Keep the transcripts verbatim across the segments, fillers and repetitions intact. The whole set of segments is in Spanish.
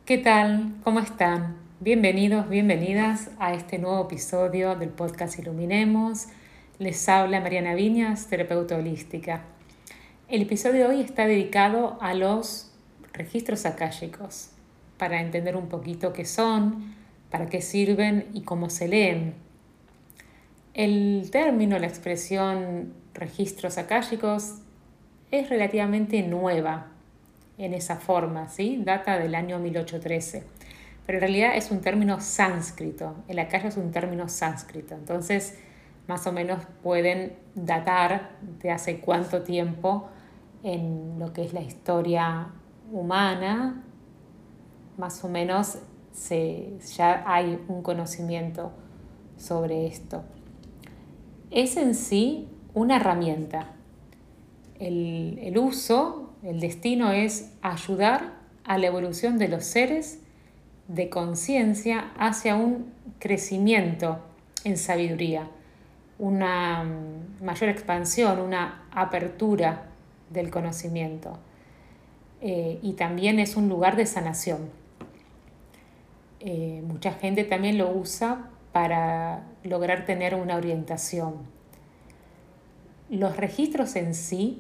¿Qué tal? ¿Cómo están? Bienvenidos, bienvenidas a este nuevo episodio del podcast Iluminemos. Les habla Mariana Viñas, terapeuta holística. El episodio de hoy está dedicado a los registros akáshicos, para entender un poquito qué son, para qué sirven y cómo se leen. El término, la expresión registros akáshicos es relativamente nueva en esa forma, ¿sí? Data del año mil ochocientos trece. Pero en realidad es un término sánscrito. El akasha es un término sánscrito. Entonces, más o menos pueden datar de hace cuánto tiempo en lo que es la historia humana, más o menos se, ya hay un conocimiento sobre esto. Es en sí una herramienta. El, el uso, el destino es ayudar a la evolución de los seres de conciencia hacia un crecimiento en sabiduría, una mayor expansión, una apertura del conocimiento. Eh, y también es un lugar de sanación. Eh, mucha gente también lo usa para lograr tener una orientación. Los registros en sí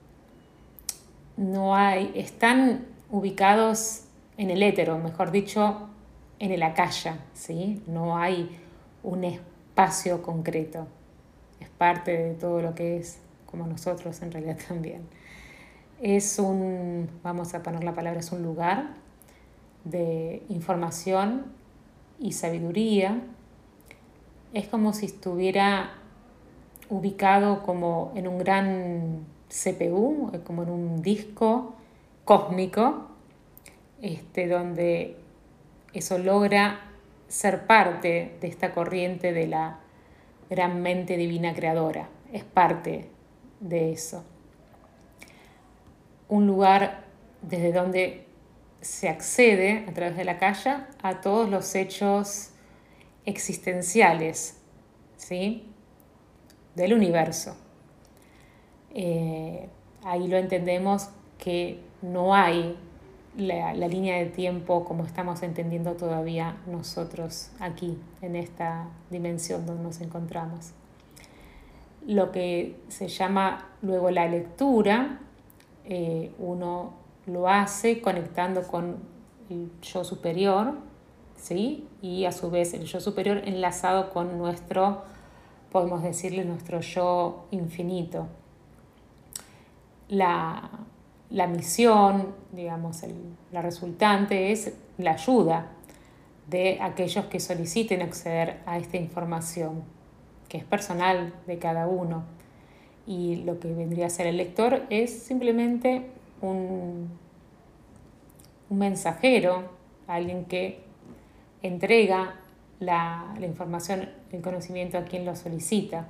no hay, están ubicados en el étero, mejor dicho, en el akasha, ¿sí? No hay un espacio concreto. Es parte de todo lo que es, como nosotros en realidad también. Es un, vamos a poner la palabra, es un lugar de información y sabiduría. Es como si estuviera ubicado como en un gran C P U, como en un disco cósmico, este, donde eso logra ser parte de esta corriente de la gran mente divina creadora. Es parte de eso. Un lugar desde donde se accede a través de la calle a todos los hechos existenciales, ¿sí?, del universo. Eh, ahí lo entendemos que no hay la, la línea de tiempo como estamos entendiendo todavía nosotros aquí, en esta dimensión donde nos encontramos. Lo que se llama luego la lectura, eh, uno lo hace conectando con el yo superior, ¿sí? Y a su vez el yo superior enlazado con nuestro, podemos decirle, nuestro yo infinito. La, la misión, digamos, el, la resultante es la ayuda de aquellos que soliciten acceder a esta información, que es personal de cada uno. Y lo que vendría a ser el lector es simplemente un, un mensajero, alguien que entrega la, la información, el conocimiento a quien lo solicita.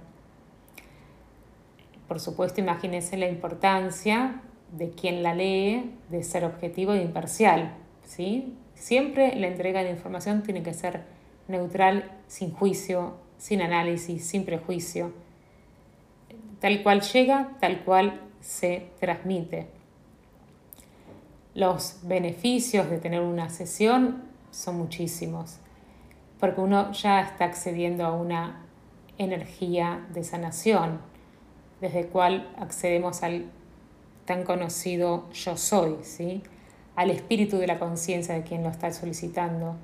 Por supuesto, imagínense la importancia de quien la lee, de ser objetivo e imparcial, ¿sí? Siempre la entrega de información tiene que ser neutral, sin juicio, sin análisis, sin prejuicio. Tal cual llega, tal cual se transmite. Los beneficios de tener una sesión son muchísimos, porque uno ya está accediendo a una energía de sanación, desde el cual accedemos al tan conocido yo soy, ¿sí?, al espíritu de la conciencia de quien lo está solicitando.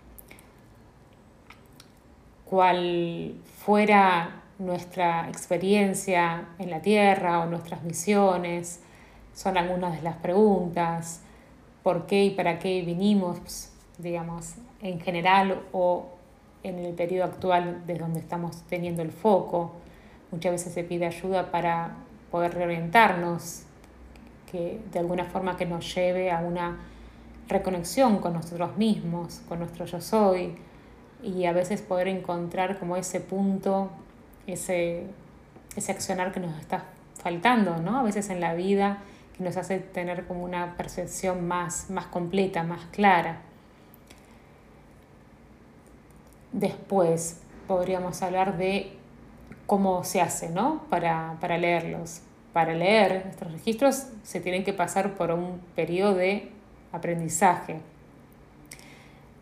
Cual fuera nuestra experiencia en la Tierra o nuestras misiones, son algunas de las preguntas. ¿Por qué y para qué vinimos, digamos, en general o en el periodo actual desde donde estamos teniendo el foco? Muchas veces se pide ayuda para poder reorientarnos, que de alguna forma que nos lleve a una reconexión con nosotros mismos, con nuestro yo soy, y a veces poder encontrar como ese punto, ese, ese accionar que nos está faltando, ¿no? A veces en la vida, que nos hace tener como una percepción más, más completa, más clara. Después podríamos hablar de cómo se hace, ¿no?, para, para leerlos. Para leer estos registros se tienen que pasar por un periodo de aprendizaje.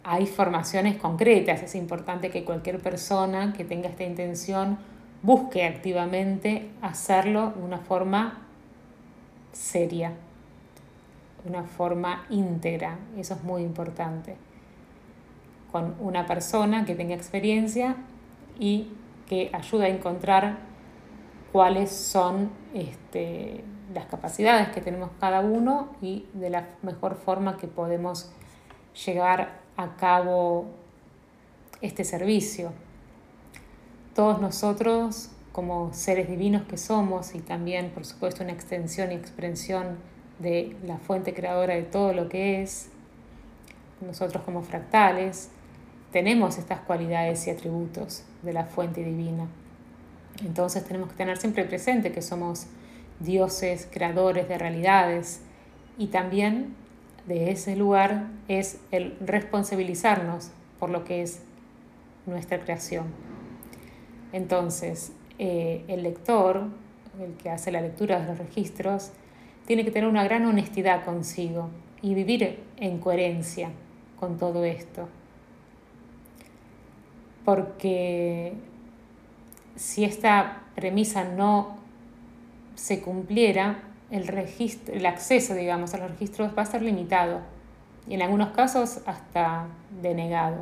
hay formaciones concretas. Es importante que cualquier persona que tenga esta intención busque activamente hacerlo de una forma seria, de una forma íntegra. Eso es muy importante. Con una persona que tenga experiencia y que ayude a encontrar cuáles son este, las capacidades que tenemos cada uno y de la mejor forma que podemos llevar a cabo este servicio. Todos nosotros, como seres divinos que somos, y también, por supuesto, una extensión y expresión de la fuente creadora de todo lo que es, nosotros como fractales, tenemos estas cualidades y atributos de la fuente divina. Entonces tenemos que tener siempre presente que somos dioses, creadores de realidades, y también de ese lugar es el responsabilizarnos por lo que es nuestra creación. Entonces, eh, el lector, el que hace la lectura de los registros, tiene que tener una gran honestidad consigo y vivir en coherencia con todo esto. Porque si esta premisa no se cumpliera, el, registro, el acceso, digamos, a los registros va a ser limitado y en algunos casos hasta denegado.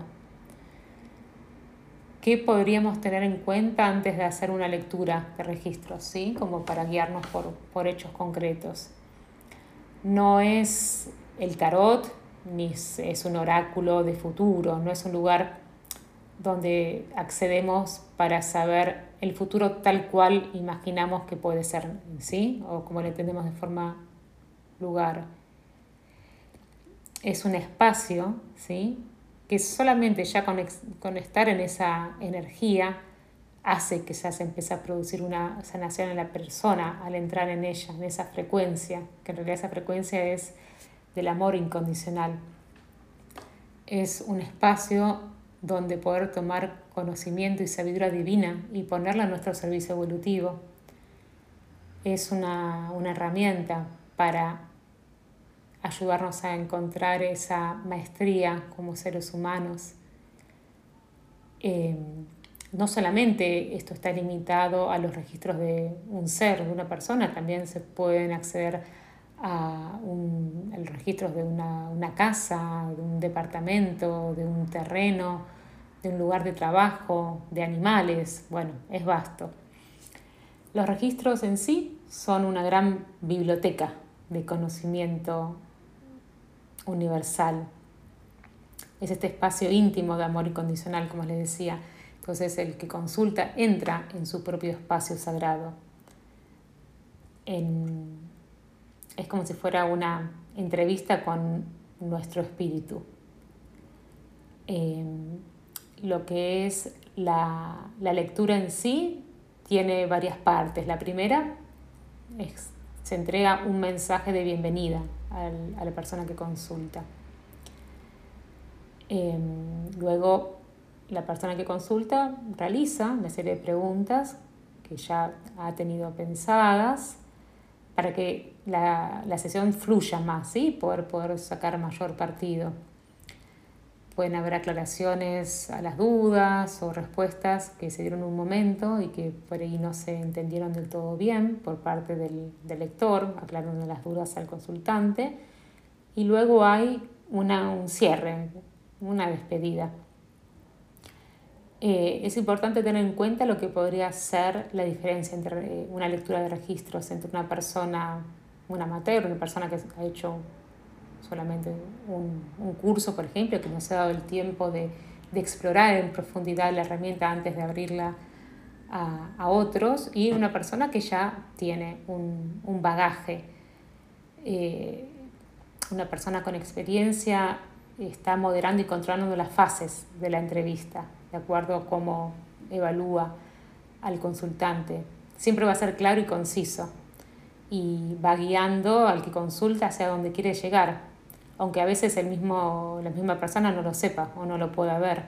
¿Qué podríamos tener en cuenta antes de hacer una lectura de registros, ¿sí? Como para guiarnos por, por hechos concretos? No es el tarot, ni es un oráculo de futuro, no es un lugar donde accedemos para saber el futuro tal cual imaginamos que puede ser, ¿sí? O como lo entendemos de forma lugar. Es un espacio, ¿sí? Que solamente ya con, ex, con estar en esa energía hace que ya se empiece a producir una sanación en la persona al entrar en ella, en esa frecuencia, que en realidad esa frecuencia es del amor incondicional. Es un espacio donde poder tomar conocimiento y sabiduría divina y ponerla a nuestro servicio evolutivo. Es una, una herramienta para ayudarnos a encontrar esa maestría como seres humanos. Eh, no solamente esto está limitado a los registros de un ser, de una persona, también se pueden acceder a un, el registro de una, una casa, de un departamento, de un terreno, de un lugar de trabajo, de animales. Bueno, es vasto. Los registros en sí son una gran biblioteca de conocimiento universal. Es este espacio íntimo de amor incondicional, como les decía. Entonces el que consulta entra en su propio espacio sagrado. En, es como si fuera una entrevista con nuestro espíritu. Eh, lo que es la, la lectura en sí tiene varias partes. La primera es, se entrega un mensaje de bienvenida al, a la persona que consulta. Eh, luego la persona que consulta realiza una serie de preguntas que ya ha tenido pensadas para que la, la sesión fluya más, ¿sí? Poder, poder sacar mayor partido. Pueden haber aclaraciones a las dudas o respuestas que se dieron en un momento y que por ahí no se entendieron del todo bien por parte del, del lector, aclarando las dudas al consultante. Y luego hay una, un cierre, una despedida. Eh, es importante tener en cuenta lo que podría ser la diferencia entre una lectura de registros entre una persona, un amateur, una persona que ha hecho solamente un, un curso, por ejemplo, que no se ha dado el tiempo de, de explorar en profundidad la herramienta antes de abrirla a, a otros, y una persona que ya tiene un, un bagaje. Eh, una persona con experiencia está moderando y controlando las fases de la entrevista, de acuerdo a cómo evalúa al consultante. Siempre va a ser claro y conciso y va guiando al que consulta hacia donde quiere llegar, aunque a veces el mismo, la misma persona no lo sepa o no lo pueda ver.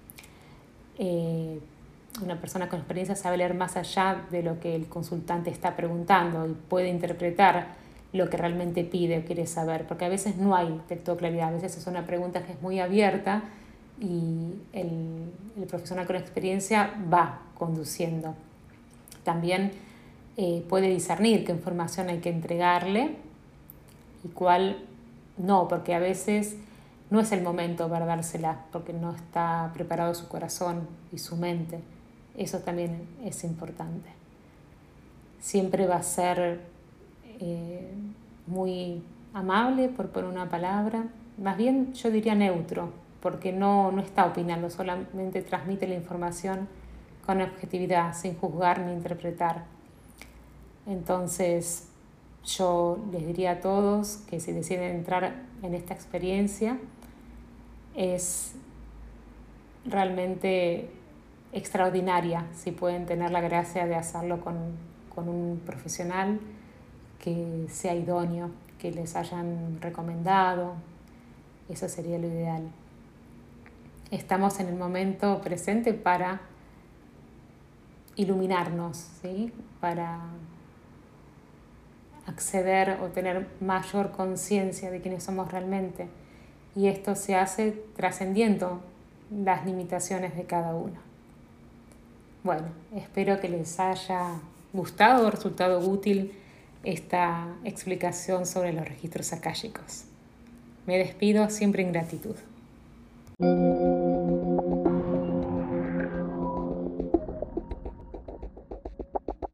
Eh, una persona con experiencia sabe leer más allá de lo que el consultante está preguntando y puede interpretar lo que realmente pide o quiere saber, porque a veces no hay del todo claridad, a veces es una pregunta que es muy abierta y el, el profesional con experiencia va conduciendo. También eh, puede discernir qué información hay que entregarle y cuál no, porque a veces no es el momento para dársela, porque no está preparado su corazón y su mente. Eso también es importante. Siempre va a ser eh, muy amable, por poner una palabra, más bien yo diría neutro, porque no, no está opinando, solamente transmite la información con objetividad, sin juzgar ni interpretar. Entonces, yo les diría a todos que si deciden entrar en esta experiencia, es realmente extraordinaria si pueden tener la gracia de hacerlo con, con un profesional que sea idóneo, que les hayan recomendado. Eso sería lo ideal. Estamos en el momento presente para iluminarnos, ¿sí? Para acceder o tener mayor conciencia de quiénes somos realmente. Y esto se hace trascendiendo las limitaciones de cada uno. Bueno, espero que les haya gustado o resultado útil esta explicación sobre los registros akáshicos. Me despido siempre en gratitud.